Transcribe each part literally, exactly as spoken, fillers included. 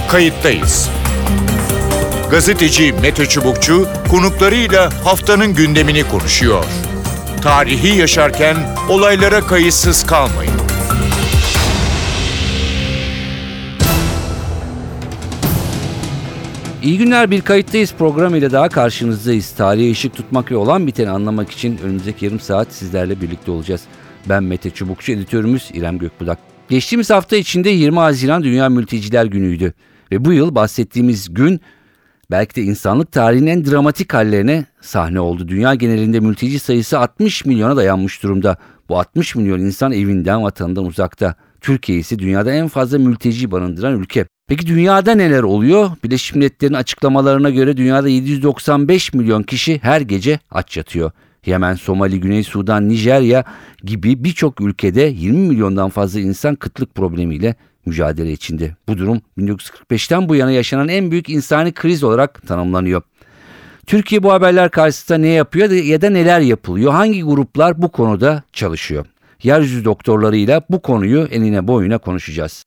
Kayıttayız. Gazeteci Mete Çubukçu konuklarıyla haftanın gündemini konuşuyor. Tarihi yaşarken olaylara kayıtsız kalmayın. İyi günler, bir kayıttayız program ile daha karşınızdayız. Tarihe ışık tutmak ve olan biteni anlamak için önümüzdeki yarım saat sizlerle birlikte olacağız. Ben Mete Çubukçu, editörümüz İrem Gökbudak. Geçtiğimiz hafta içinde yirmi Haziran Dünya Mülteciler Günü'ydü. Ve bu yıl bahsettiğimiz gün belki de insanlık tarihinin en dramatik hallerine sahne oldu. Dünya genelinde mülteci sayısı altmış milyona dayanmış durumda. Bu altmış milyon insan evinden, vatanından uzakta. Türkiye ise dünyada en fazla mülteci barındıran ülke. Peki dünyada neler oluyor? Birleşmiş Milletler'in açıklamalarına göre dünyada yedi yüz doksan beş milyon kişi her gece aç yatıyor. Yemen, Somali, Güney Sudan, Nijerya gibi birçok ülkede yirmi milyondan fazla insan kıtlık problemiyle mücadele içinde. Bu durum bin dokuz yüz kırk beşten bu yana yaşanan en büyük insani kriz olarak tanımlanıyor. Türkiye bu haberler karşısında ne yapıyor ya da neler yapılıyor? Hangi gruplar bu konuda çalışıyor? Yeryüzü doktorlarıyla bu konuyu enine boyuna konuşacağız.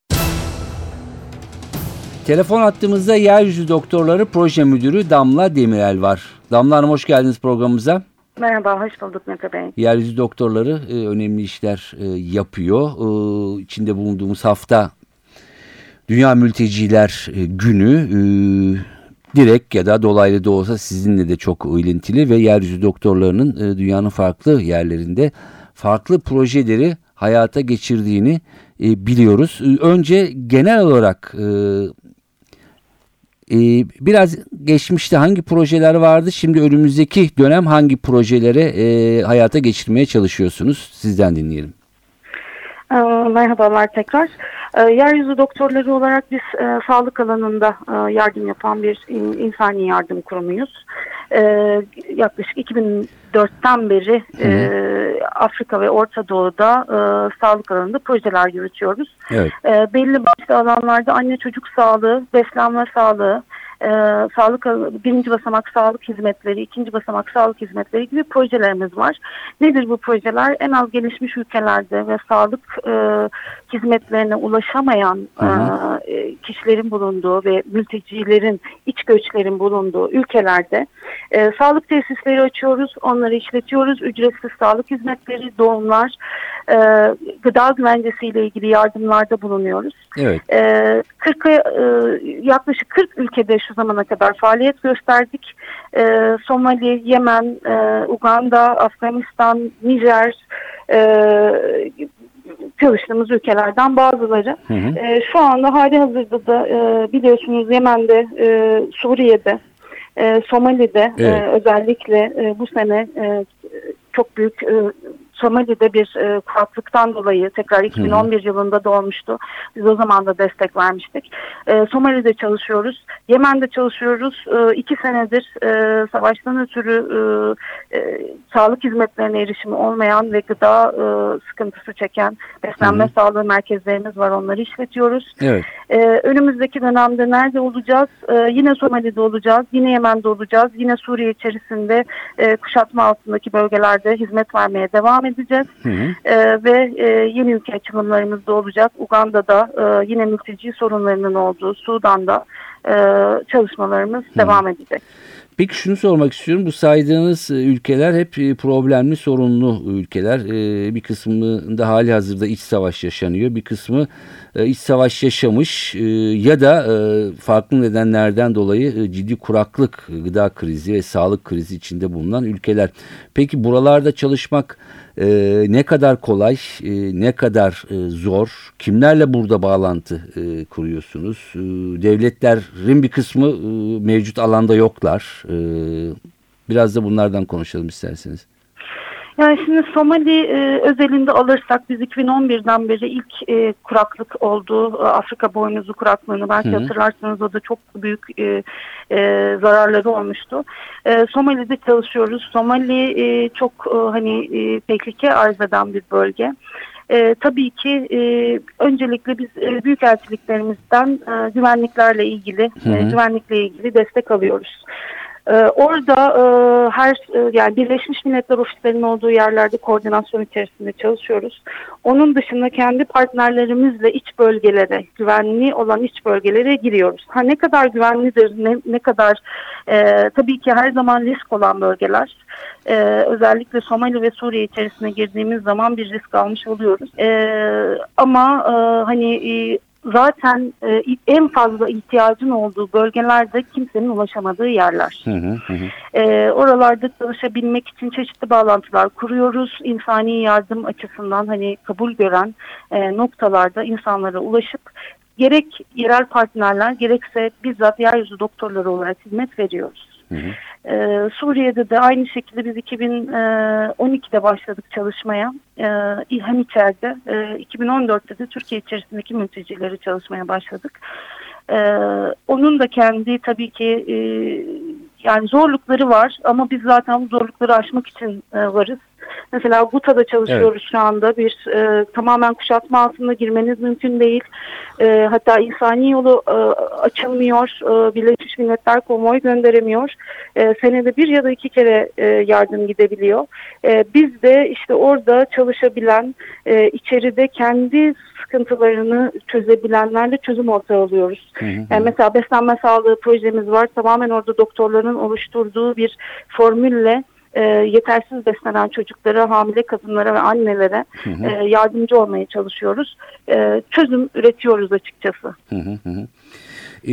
Telefon hattımızda Yeryüzü Doktorları Proje Müdürü Damla Demirel var. Damla Hanım, hoş geldiniz programımıza. Merhaba, hoş bulduk Mete Bey. Yeryüzü Doktorları e, önemli işler e, yapıyor. E, içinde bulunduğumuz hafta Dünya Mülteciler e, Günü e, direkt ya da dolaylı da olsa sizinle de çok ilintili ve Yeryüzü Doktorlarının e, dünyanın farklı yerlerinde farklı projeleri hayata geçirdiğini e, biliyoruz. E, önce genel olarak e, e, biraz geçmişte hangi projeler vardı, şimdi önümüzdeki dönem hangi projelere e, hayata geçirmeye çalışıyorsunuz? Sizden dinleyelim. E, merhabalar tekrar. E, Yeryüzü Doktorları olarak biz e, sağlık alanında e, yardım yapan bir in, insani yardım kurumuyuz. E, yaklaşık iki bin dörtten beri e, Afrika ve Orta Doğu'da e, sağlık alanında projeler yürütüyoruz. Evet. E, belli başlı alanlarda anne çocuk sağlığı, beslenme sağlığı, e, sağlık birinci basamak sağlık hizmetleri, ikinci basamak sağlık hizmetleri gibi projelerimiz var. Nedir bu projeler? En az gelişmiş ülkelerde ve sağlık e, hizmetlerine ulaşamayan e, kişilerin bulunduğu ve mültecilerin, iç göçlerin bulunduğu ülkelerde e, sağlık tesisleri açıyoruz, onları işletiyoruz. Ücretsiz sağlık hizmetleri, doğumlar, e, gıda güvencesiyle ilgili yardımlarda bulunuyoruz. Evet. E, kırk, e, yaklaşık kırk ülkede şu zamana kadar faaliyet gösterdik. E, Somali, Yemen, e, Uganda, Afganistan, Nijer, e, çalıştığımız ülkelerden bazıları. Hı hı. E, şu anda hali hazırda da e, biliyorsunuz Yemen'de, e, Suriye'de, e, Somali'de evet. e, özellikle e, bu sene e, çok büyük e, Somali'de bir e, kuraklıktan dolayı tekrar iki bin on bir hı hı. yılında doğmuştu. Biz o zaman da destek vermiştik. E, Somali'de çalışıyoruz. Yemen'de çalışıyoruz. E, iki senedir e, savaştan ötürü e, e, sağlık hizmetlerine erişimi olmayan ve gıda e, sıkıntısı çeken beslenme hı hı. sağlığı merkezlerimiz var. Onları işletiyoruz. Evet. E, önümüzdeki dönemde nerede olacağız? E, yine Somali'de olacağız. Yine Yemen'de olacağız. Yine Suriye içerisinde e, kuşatma altındaki bölgelerde hizmet vermeye devam edeceğiz. Hı hı. Ee, ve e, yeni ülke açılımlarımız da olacak. Uganda'da e, yine mülteci sorunlarının olduğu, Sudan'da e, çalışmalarımız hı. devam edecek. Peki şunu sormak istiyorum. Bu saydığınız ülkeler hep problemli, sorunlu ülkeler. Bir kısmında hali hazırda iç savaş yaşanıyor. Bir kısmı iç savaş yaşamış ya da farklı nedenlerden dolayı ciddi kuraklık, gıda krizi ve sağlık krizi içinde bulunan ülkeler. Peki buralarda çalışmak ne kadar kolay, ne kadar zor? Kimlerle burada bağlantı kuruyorsunuz? Devletlerin bir kısmı mevcut alanda yoklar. Biraz da bunlardan konuşalım isterseniz. Yani şimdi Somali e, özelinde alırsak biz iki bin on birden beri ilk e, kuraklık oldu. Afrika boynuzu kuraklığını belki Hı-hı. hatırlarsanız o da çok büyük e, e, zararları olmuştu. E, Somali'de çalışıyoruz. Somali e, çok e, hani e, tehlike arz eden bir bölge. E, tabii ki e, öncelikle biz e, büyükelçiliklerimizden e, güvenliklerle ilgili, e, güvenlikle ilgili destek alıyoruz. Ee, orada e, her e, yani Birleşmiş Milletler ofislerinin olduğu yerlerde koordinasyon içerisinde çalışıyoruz. Onun dışında kendi partnerlerimizle iç bölgelere, güvenli olan iç bölgelere giriyoruz. Ha ne kadar güvenlidir, ne, ne kadar e, tabii ki her zaman risk olan bölgeler. Ee, özellikle Somali ve Suriye içerisine girdiğimiz zaman bir risk almış oluyoruz. Ee, ama e, hani e, zaten e, en fazla ihtiyacın olduğu bölgelerde kimsenin ulaşamadığı yerler. Hı hı hı. E, oralarda çalışabilmek için çeşitli bağlantılar kuruyoruz. İnsani yardım açısından hani kabul gören e, noktalarda insanlara ulaşıp gerek yerel partnerler gerekse bizzat yeryüzü doktorları olarak hizmet veriyoruz. Hı hı. Ee, Suriye'de de aynı şekilde biz iki bin on ikide başladık çalışmaya. Ee, hem içeride e, iki bin on dörtte de Türkiye içerisindeki mültecileri çalışmaya başladık. Ee, onun da kendi tabii ki e, yani zorlukları var ama biz zaten bu zorlukları aşmak için e, varız. Mesela Guta'da çalışıyoruz evet. Şu anda bir e, tamamen kuşatma altında girmeniz mümkün değil. E, hatta insani yolu e, açılmıyor. E, Birleşmiş Milletler konvoy gönderemiyor. E, senede bir ya da iki kere e, yardım gidebiliyor. E, biz de işte orada çalışabilen, e, içeride kendi sıkıntılarını çözebilenlerle çözüm ortağı oluyoruz. Hı hı. Yani mesela beslenme sağlığı projemiz var. Tamamen orada doktorların oluşturduğu bir formülle E, yetersiz beslenen çocuklara, hamile kadınlara ve annelere hı hı. E, yardımcı olmaya çalışıyoruz. E, çözüm üretiyoruz açıkçası. Hı hı hı. E,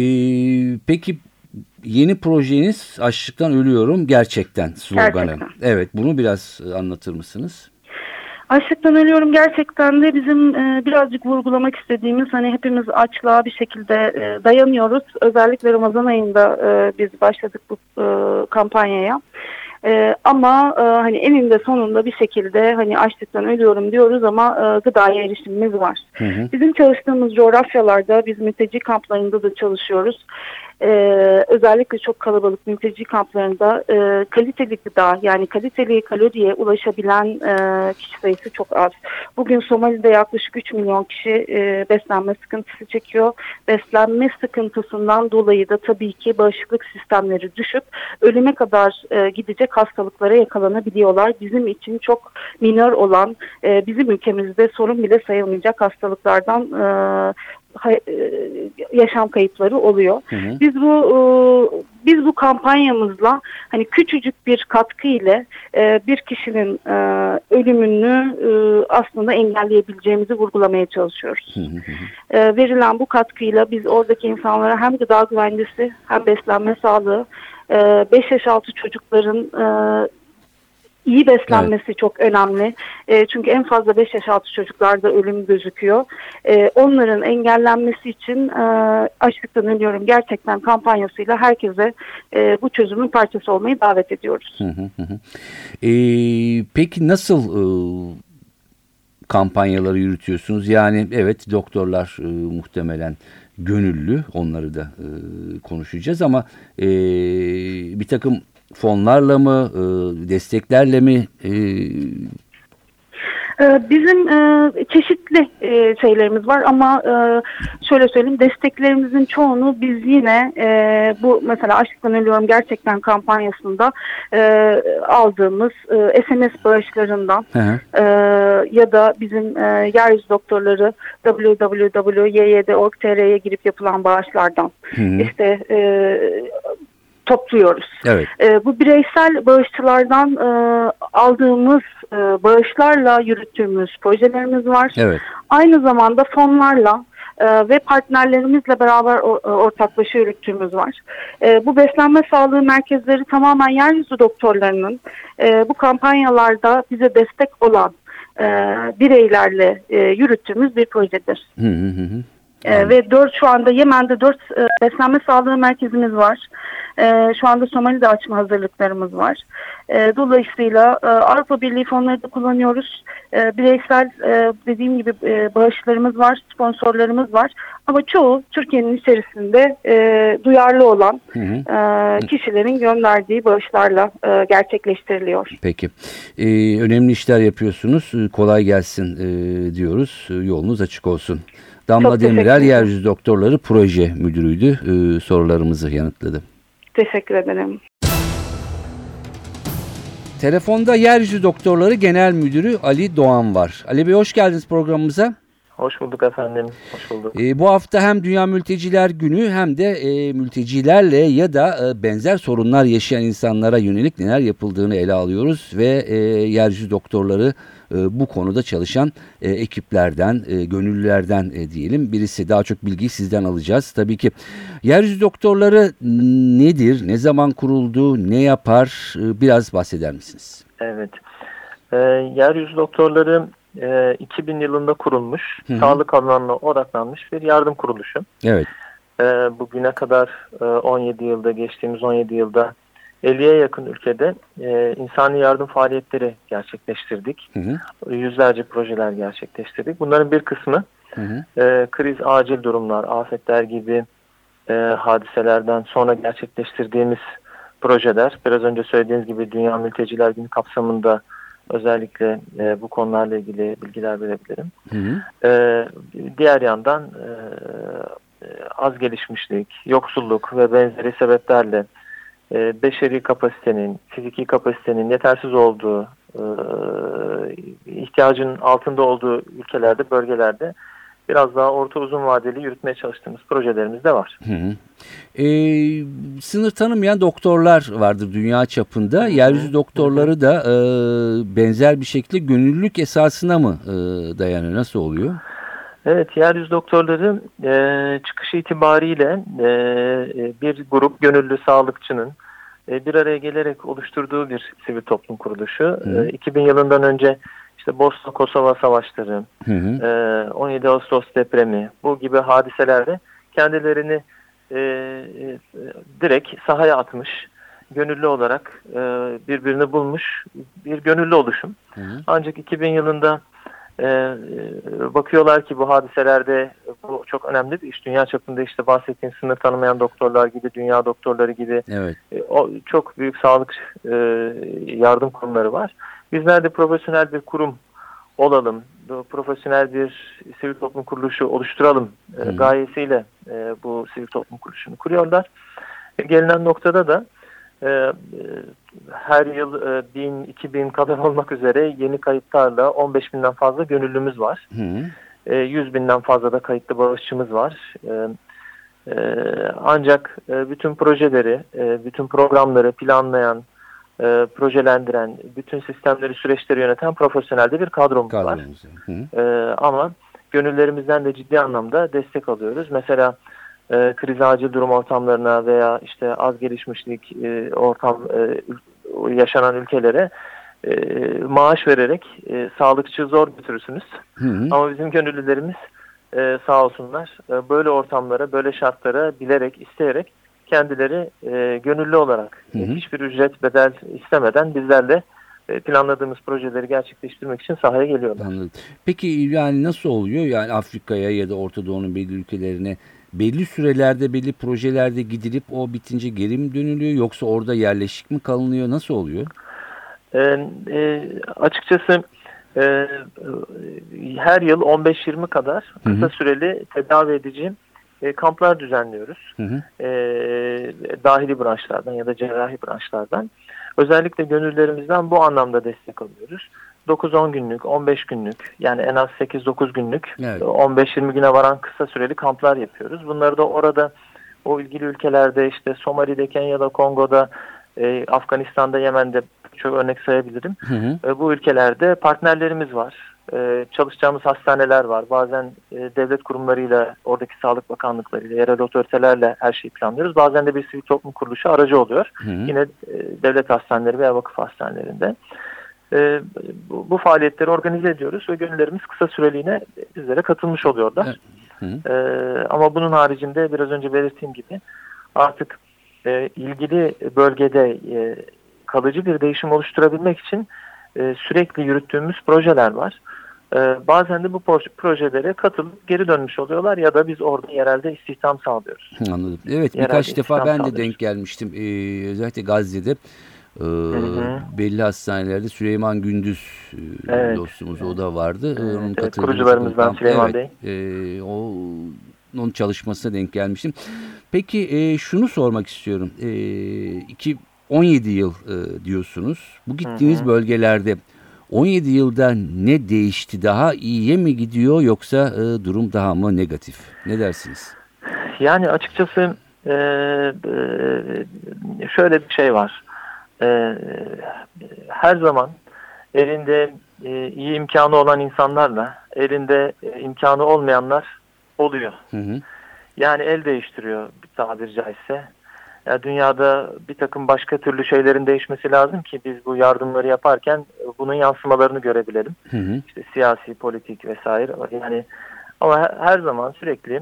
peki yeni projeniz Açlıktan Ölüyorum Gerçekten sloganı. Gerçekten. Evet, bunu biraz anlatır mısınız? Açlıktan ölüyorum gerçekten de bizim e, birazcık vurgulamak istediğimiz hani hepimiz açlığa bir şekilde e, dayanıyoruz. Özellikle Ramazan ayında e, biz başladık bu e, kampanyaya. Ee, ama e, hani eninde sonunda bir şekilde hani açlıktan ölüyorum diyoruz ama e, gıdaya erişimimiz var. Hı hı. Bizim çalıştığımız coğrafyalarda biz mülteci kamplarında da çalışıyoruz. Ee, özellikle çok kalabalık mülteci kamplarında e, kaliteli gıda yani kaliteli kaloriye ulaşabilen e, kişi sayısı çok az. Bugün Somali'de yaklaşık üç milyon kişi e, beslenme sıkıntısı çekiyor. Beslenme sıkıntısından dolayı da tabii ki bağışıklık sistemleri düşüp ölüme kadar e, gidecek hastalıklara yakalanabiliyorlar. Bizim için çok minör olan e, bizim ülkemizde sorun bile sayılmayacak hastalıklardan e, yaşam kayıpları oluyor. Hı hı. Biz bu biz bu kampanyamızla hani küçücük bir katkı ile bir kişinin ölümünü aslında engelleyebileceğimizi vurgulamaya çalışıyoruz. Hı hı. Verilen bu katkıyla biz oradaki insanlara hem gıda güvencesi hem beslenme sağlığı, beş yaş altı çocukların İyi beslenmesi evet. Çok önemli. E, çünkü en fazla beş yaş altı çocuklarda ölüm gözüküyor. E, onların engellenmesi için e, Açlıktan Ölüyorum Gerçekten kampanyasıyla herkese e, bu çözümün parçası olmayı davet ediyoruz. Hı hı hı. E, peki nasıl e, kampanyaları yürütüyorsunuz? Yani evet doktorlar e, muhtemelen gönüllü, onları da e, konuşacağız ama e, bir takım fonlarla mı, desteklerle mi? Bizim çeşitli şeylerimiz var ama şöyle söyleyeyim, desteklerimizin çoğunu biz yine bu mesela Açlıktan Ölüyorum Gerçekten kampanyasında aldığımız S M S bağışlarından hı hı. ya da bizim yeryüzü doktorları w w w nokta y y d nokta org nokta t r'ye girip yapılan bağışlardan hı hı. işte topluyoruz. Evet. E, bu bireysel bağışçılardan e, aldığımız e, bağışlarla yürüttüğümüz projelerimiz var. Evet. Aynı zamanda fonlarla e, ve partnerlerimizle beraber o, ortaklaşa yürüttüğümüz var. E, bu beslenme sağlığı merkezleri tamamen yeryüzü doktorlarının e, bu kampanyalarda bize destek olan e, bireylerle e, yürüttüğümüz bir projedir. Hı hı hı. Ee, ve dört şu anda Yemen'de dört e, beslenme sağlığı merkezimiz var. E, şu anda Somali'de açma hazırlıklarımız var. E, dolayısıyla e, Avrupa Birliği fonları da kullanıyoruz. E, bireysel e, dediğim gibi e, bağışlarımız var, sponsorlarımız var. Ama çoğu Türkiye'nin içerisinde e, duyarlı olan hı hı. E, kişilerin gönderdiği bağışlarla e, gerçekleştiriliyor. Peki. E, önemli işler yapıyorsunuz. Kolay gelsin e, diyoruz. Yolunuz açık olsun. Damla Demirel, Yeryüzü Doktorları Proje Müdürü'ydü. Ee, sorularımızı yanıtladı. Teşekkür ederim. Telefonda Yeryüzü Doktorları Genel Müdürü Ali Doğan var. Ali Bey, hoş geldiniz programımıza. Hoş bulduk efendim, hoş bulduk. E, bu hafta hem Dünya Mülteciler Günü hem de e, mültecilerle ya da e, benzer sorunlar yaşayan insanlara yönelik neler yapıldığını ele alıyoruz. Ve e, Yeryüzü Doktorları e, bu konuda çalışan e, ekiplerden, e, gönüllülerden e, diyelim. Birisi, daha çok bilgiyi sizden alacağız. Tabii ki Yeryüzü Doktorları nedir, ne zaman kuruldu, ne yapar, e, biraz bahseder misiniz? Evet, e, Yeryüzü Doktorları e, iki bin yılında kurulmuş, Hı hı. sağlık alanına odaklanmış bir yardım kuruluşu. Evet. E, bugüne kadar e, on yedi yılda, geçtiğimiz on yedi yılda elliye yakın ülkede e, insani yardım faaliyetleri gerçekleştirdik. Hı hı. Yüzlerce projeler gerçekleştirdik. Bunların bir kısmı Hı hı. e, kriz, acil durumlar, afetler gibi e, hadiselerden sonra gerçekleştirdiğimiz projeler. Biraz önce söylediğiniz gibi Dünya Mülteciler Günü kapsamında özellikle e, bu konularla ilgili bilgiler verebilirim. Hı hı. E, diğer yandan e, az gelişmişlik, yoksulluk ve benzeri sebeplerle e, beşeri kapasitenin, fiziki kapasitenin yetersiz olduğu, e, ihtiyacın altında olduğu ülkelerde, bölgelerde biraz daha orta uzun vadeli yürütmeye çalıştığımız projelerimiz de var. Hı hı. E, sınır tanımayan doktorlar vardır dünya çapında. Yeryüzü doktorları da e, benzer bir şekilde gönüllülük esasına mı e, dayanıyor? Nasıl oluyor? Evet, Yeryüzü Doktorları e, çıkış itibariyle e, bir grup gönüllü sağlıkçının e, bir araya gelerek oluşturduğu bir sivil toplum kuruluşu. E, iki bin yılından önce işte Bosna Kosova savaşları, Hı hı. e, on yedi Ağustos depremi, bu gibi hadiselerde kendilerini e, e, direkt sahaya atmış, gönüllü olarak e, birbirini bulmuş bir gönüllü oluşum. Hı hı. Ancak iki bin yılında e, bakıyorlar ki bu hadiselerde bu çok önemli bir iş. Dünya çapında işte bahsettiğim sınır tanımayan doktorlar gibi, dünya doktorları gibi Evet. e, o çok büyük sağlık e, yardım kurumları var. Bizler de profesyonel bir kurum olalım, profesyonel bir sivil toplum kuruluşu oluşturalım e, gayesiyle e, bu sivil toplum kuruluşunu kuruyorlar. E, gelinen noktada da e, e, her yıl e, bin, iki bin kadar olmak üzere yeni kayıtlarla on beş binden fazla gönüllümüz var. Hı hı. E, yüz binden fazla da kayıtlı bağışçımız var. E, e, ancak e, bütün projeleri, e, bütün programları planlayan, e, projelendiren, bütün sistemleri, süreçleri yöneten profesyonel de bir kadromuz var. Kadromuz. Hı hı. E, ama gönüllerimizden de ciddi anlamda destek alıyoruz. Mesela e, kriz acil durum ortamlarına veya işte az gelişmişlik e, ortam e, yaşanan ülkelere e, maaş vererek e, sağlıkçı zor götürürsünüz. Hı hı. Ama bizim gönüllülerimiz e, sağ olsunlar e, böyle ortamlara, böyle şartlara bilerek, isteyerek kendileri e, gönüllü olarak Hı hı. hiçbir ücret, bedel istemeden bizlerle e, planladığımız projeleri gerçekleştirmek için sahaya geliyorlar. Anladım. Peki yani nasıl oluyor? Yani Afrika'ya ya da Orta Doğu'nun belli ülkelerine belli sürelerde, belli projelerde gidilip o bitince geri mi dönülüyor? Yoksa orada yerleşik mi kalınıyor? Nasıl oluyor? E, e, açıkçası e, her yıl on beş yirmi kadar kısa Hı hı. süreli tedavi edici e, kamplar düzenliyoruz. Hı hı. E, dahili branşlardan ya da cerrahi branşlardan. Özellikle gönüllerimizden bu anlamda destek alıyoruz. dokuz on günlük, on beş günlük, yani en az sekiz dokuz günlük, Evet. on beş yirmi güne varan kısa süreli kamplar yapıyoruz. Bunları da orada o ilgili ülkelerde işte Somali'de, Kenya'da, Kongo'da, e, Afganistan'da, Yemen'de çok örnek sayabilirim. Hı hı. E, bu ülkelerde partnerlerimiz var. E, çalışacağımız hastaneler var. Bazen e, devlet kurumlarıyla, oradaki sağlık bakanlıklarıyla, yerel otoritelerle her şeyi planlıyoruz. Bazen de bir sivil toplum kuruluşu aracı oluyor. Hı hı. Yine e, devlet hastaneleri veya vakıf hastanelerinde. E, bu, bu faaliyetleri organize ediyoruz ve gönüllerimiz kısa süreliğine bizlere katılmış oluyorlar. Hı hı. E, ama bunun haricinde biraz önce belirttiğim gibi artık e, ilgili bölgede e, kalıcı bir değişim oluşturabilmek için e, sürekli yürüttüğümüz projeler var. E, bazen de bu projelere katılıp geri dönmüş oluyorlar ya da biz orada yerelde istihdam sağlıyoruz. Anladım. Evet, Yerelde birkaç defa istihdam ben de sağlıyoruz. denk gelmiştim. Ee, özellikle Gazze'de e, hı. belli hastanelerde Süleyman Gündüz e, Evet. dostumuz, o da vardı. Evet, Onun evet, katıldığı kurucularımızdan kamp- Süleyman evet, e, o onun çalışmasına denk gelmiştim. Peki e, şunu sormak istiyorum. E, iki, on yedi yıl e, diyorsunuz. Bu gittiğiniz Hı hı. bölgelerde on yedi yılda ne değişti? Daha iyiye mi gidiyor yoksa e, durum daha mı negatif? Ne dersiniz? Yani açıkçası e, e, şöyle bir şey var. E, her zaman elinde e, iyi imkanı olan insanlarla elinde e, imkanı olmayanlar oluyor. Hı hı. Yani el değiştiriyor bir tabiri caizse. Ya dünyada bir takım başka türlü şeylerin değişmesi lazım ki biz bu yardımları yaparken bunun yansımalarını görebilelim. Hı hı. İşte siyasi, politik vesaire. Yani ama her, her zaman sürekli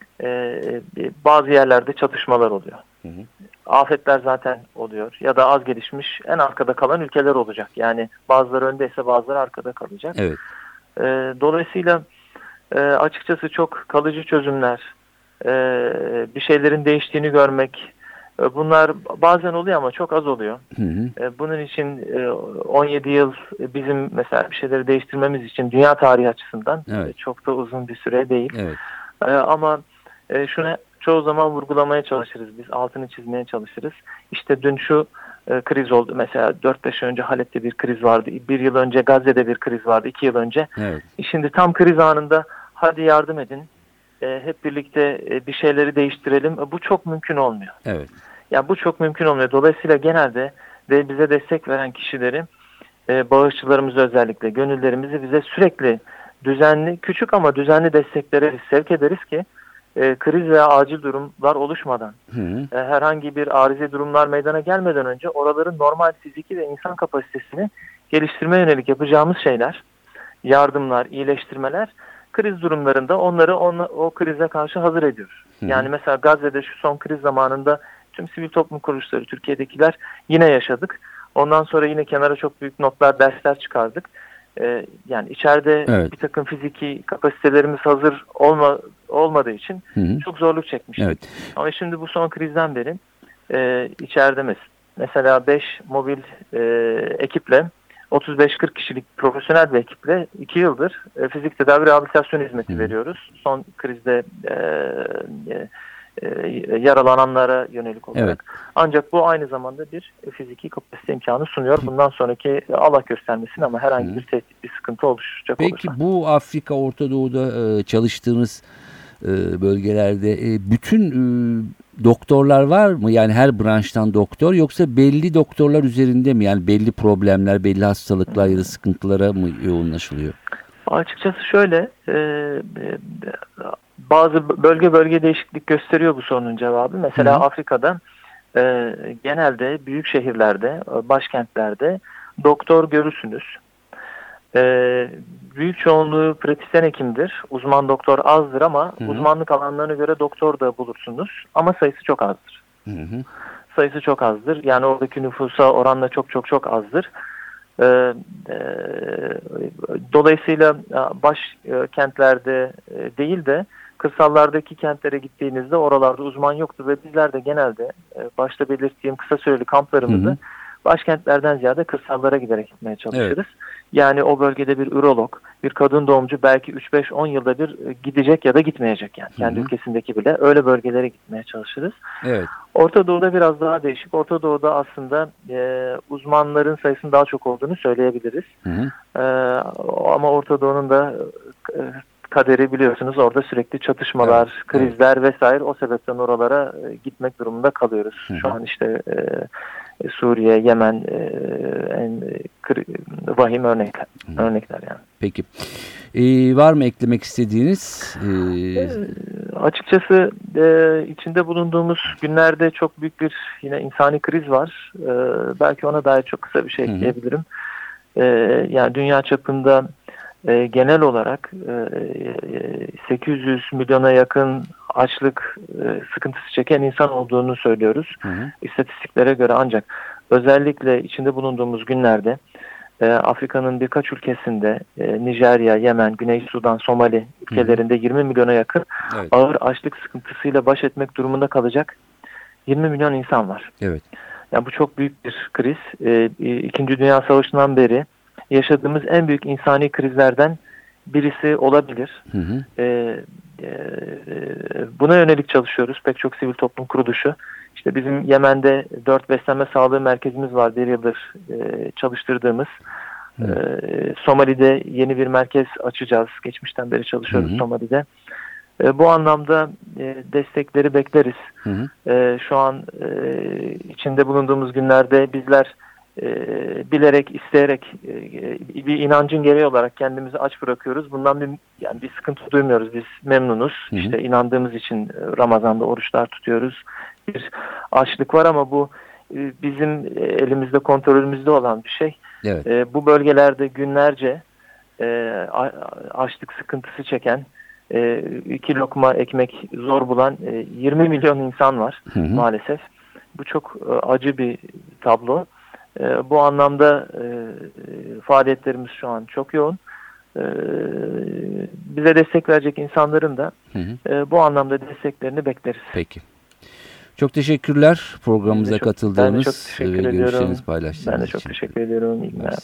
e, bazı yerlerde çatışmalar oluyor. Hı hı. Afetler zaten oluyor. Ya da az gelişmiş en arkada kalan ülkeler olacak. Yani bazıları öndeyse bazıları arkada kalacak. Evet. E, dolayısıyla e, açıkçası çok kalıcı çözümler, e, bir şeylerin değiştiğini görmek, e, bunlar bazen oluyor ama çok az oluyor. Hı hı. E, bunun için e, on yedi yıl bizim mesela bir şeyleri değiştirmemiz için dünya tarihi açısından Evet. e, çok da uzun bir süre değil. Evet. E, ama e, şunu çoğu zaman vurgulamaya çalışırız. Biz altını çizmeye çalışırız. İşte dün şu e, kriz oldu. Mesela dört beş önce Halep'te bir kriz vardı. Bir yıl önce Gazze'de bir kriz vardı. iki yıl önce. Evet. Şimdi tam kriz anında hadi yardım edin. E, hep birlikte e, bir şeyleri değiştirelim. E, bu çok mümkün olmuyor. Evet. Yani bu çok mümkün olmuyor. Dolayısıyla genelde de bize destek veren kişileri, e, bağışçılarımızı özellikle, gönüllerimizi bize sürekli düzenli, küçük ama düzenli desteklere biz sevk ederiz ki e, kriz veya acil durumlar oluşmadan, Hı hı. e, herhangi bir arizi durumlar meydana gelmeden önce oraların normal fiziki ve insan kapasitesini geliştirmeye yönelik yapacağımız şeyler, yardımlar, iyileştirmeler, kriz durumlarında onları onla, o krize karşı hazır ediyoruz. Hı hı. Yani mesela Gazze'de şu son kriz zamanında tüm sivil toplum kuruluşları, Türkiye'dekiler yine yaşadık. Ondan sonra yine kenara çok büyük notlar, dersler çıkardık. Ee, yani içeride Evet. bir takım fiziki kapasitelerimiz hazır olma, olmadığı için Hı hı. çok zorluk çekmiştik. Evet. Ama şimdi bu son krizden beri e, içeride mes- mesela beş mobil e, ekiple otuz beş kırk kişilik profesyonel bir ekiple iki yıldır e, fizik tedavi rehabilitasyon hizmeti Hı. veriyoruz. Son krizde e, e, e, yaralananlara yönelik olarak. Evet. Ancak bu aynı zamanda bir fiziki kapasite imkanı sunuyor. Bundan sonraki Allah göstermesin ama herhangi Hı. bir tehdit, bir sıkıntı oluşacak Peki olursa. bu Afrika, Orta Doğu'da e, çalıştığınız e, bölgelerde e, bütün e, doktorlar var mı? Yani her branştan doktor yoksa belli doktorlar üzerinde mi? Yani belli problemler, belli hastalıklar ya da sıkıntılara mı yoğunlaşılıyor? Açıkçası şöyle, e, e, bazı bölge bölge değişiklik gösteriyor bu sorunun cevabı. Mesela Hı hı. Afrika'da e, genelde büyük şehirlerde, e, başkentlerde doktor görürsünüz. E, büyük çoğunluğu pratisyen hekimdir. Uzman doktor azdır ama Hı hı. uzmanlık alanlarına göre doktor da bulursunuz. Ama sayısı çok azdır. Hı hı. Sayısı çok azdır. Yani oradaki nüfusa oranla çok çok çok azdır. Ee, e, dolayısıyla baş e, kentlerde e, değil de kırsallardaki kentlere gittiğinizde oralarda uzman yoktur ve bizler de genelde e, başta belirttiğim kısa süreli kamplarımızı Hı hı. başkentlerden ziyade kırsallara giderek gitmeye çalışırız. Evet. Yani o bölgede bir ürolog, bir kadın doğumcu belki üç beş on yılda bir e, gidecek ya da gitmeyecek yani. Kendi Hı hı. ülkesindeki bile öyle bölgelere gitmeye çalışırız. Evet. Orta Doğu'da biraz daha değişik. Orta Doğu'da aslında e, uzmanların sayısının daha çok olduğunu söyleyebiliriz. Hı hı. E, ama Orta Doğu'nun da e, kaderi biliyorsunuz orada sürekli çatışmalar, Evet, krizler vesaire o sebepten oralara e, gitmek durumunda kalıyoruz. Hı hı. Şu an işte e, Suriye, Yemen e, en e, kri, vahim örnekler, Hı. örnekler yani. Peki. Ee, var mı eklemek istediğiniz? Ee, E, açıkçası e, içinde bulunduğumuz günlerde çok büyük bir yine insani kriz var. E, belki ona dair çok kısa bir şey Hı hı. ekleyebilirim. E, yani dünya çapında e, genel olarak e, sekiz yüz milyona yakın açlık e, sıkıntısı çeken insan olduğunu söylüyoruz. hı hı. İstatistiklere göre ancak özellikle içinde bulunduğumuz günlerde e, Afrika'nın birkaç ülkesinde e, Nijerya, Yemen, Güney Sudan, Somali ülkelerinde yirmi milyona yakın Evet. ağır açlık sıkıntısıyla baş etmek durumunda kalacak yirmi milyon insan var. Evet. Yani bu çok büyük bir kriz. E, İkinci Dünya Savaşı'ndan beri yaşadığımız en büyük insani krizlerden birisi olabilir. Hı hı. E, buna yönelik çalışıyoruz. Pek çok sivil toplum kuruluşu. İşte bizim Yemen'de dört beslenme sağlığı merkezimiz var. Bir yıldır çalıştırdığımız. Ee, Somali'de yeni bir merkez açacağız. Geçmişten beri çalışıyoruz hı hı. Somali'de. Ee, bu anlamda e, destekleri bekleriz. Hı hı. Ee, şu an e, içinde bulunduğumuz günlerde bizler e, bilerek, isteyerek e, bir inancın gereği olarak kendimizi aç bırakıyoruz. Bundan bir yani bir sıkıntı duymuyoruz. Biz memnunuz. Hı hı. İşte inandığımız için Ramazan'da oruçlar tutuyoruz. Bir açlık var ama bu e, bizim elimizde, kontrolümüzde olan bir şey. Evet. E, bu bölgelerde günlerce e, açlık sıkıntısı çeken, e, iki lokma ekmek zor bulan e, yirmi milyon insan var hı hı. maalesef. Bu çok e, acı bir tablo. E, bu anlamda e, faaliyetlerimiz şu an çok yoğun. E, bize destek verecek insanların da hı hı. E, bu anlamda desteklerini bekleriz. Peki. Çok teşekkürler programımıza çok, katıldığınız ve görüşlerinizi paylaştığınız Ben de çok için. teşekkür ediyorum. İyi günler.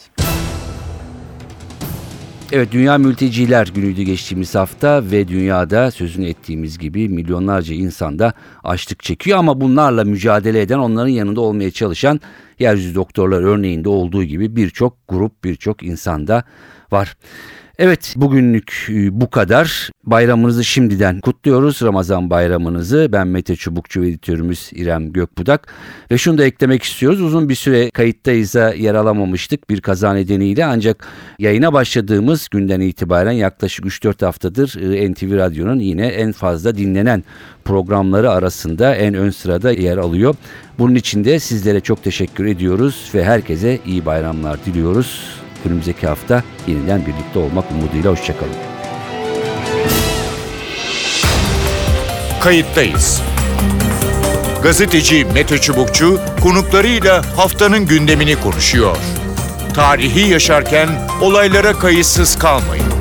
Evet, Dünya Mülteciler Günü'ydü geçtiğimiz hafta ve dünyada sözünü ettiğimiz gibi milyonlarca insan da açlık çekiyor ama bunlarla mücadele eden, onların yanında olmaya çalışan yeryüzü doktorlar örneğinde olduğu gibi birçok grup, birçok insan da var. Evet, bugünlük bu kadar. Bayramınızı şimdiden kutluyoruz, Ramazan bayramınızı. Ben Mete Çubukçu ve editörümüz İrem Gökbudak. Ve şunu da eklemek istiyoruz. Uzun bir süre kayıttayız'a yer alamamıştık bir kaza nedeniyle. Ancak yayına başladığımız günden itibaren yaklaşık üç dört haftadır N T V Radyo'nun yine en fazla dinlenen programları arasında en ön sırada yer alıyor. Bunun için de sizlere çok teşekkür ediyoruz ve herkese iyi bayramlar diliyoruz. Önümüzdeki hafta yeniden birlikte olmak umuduyla hoşçakalın. Kayıttayız. Gazeteci Mete Çubukçu konuklarıyla haftanın gündemini konuşuyor. Tarihi yaşarken olaylara kayıtsız kalmayın.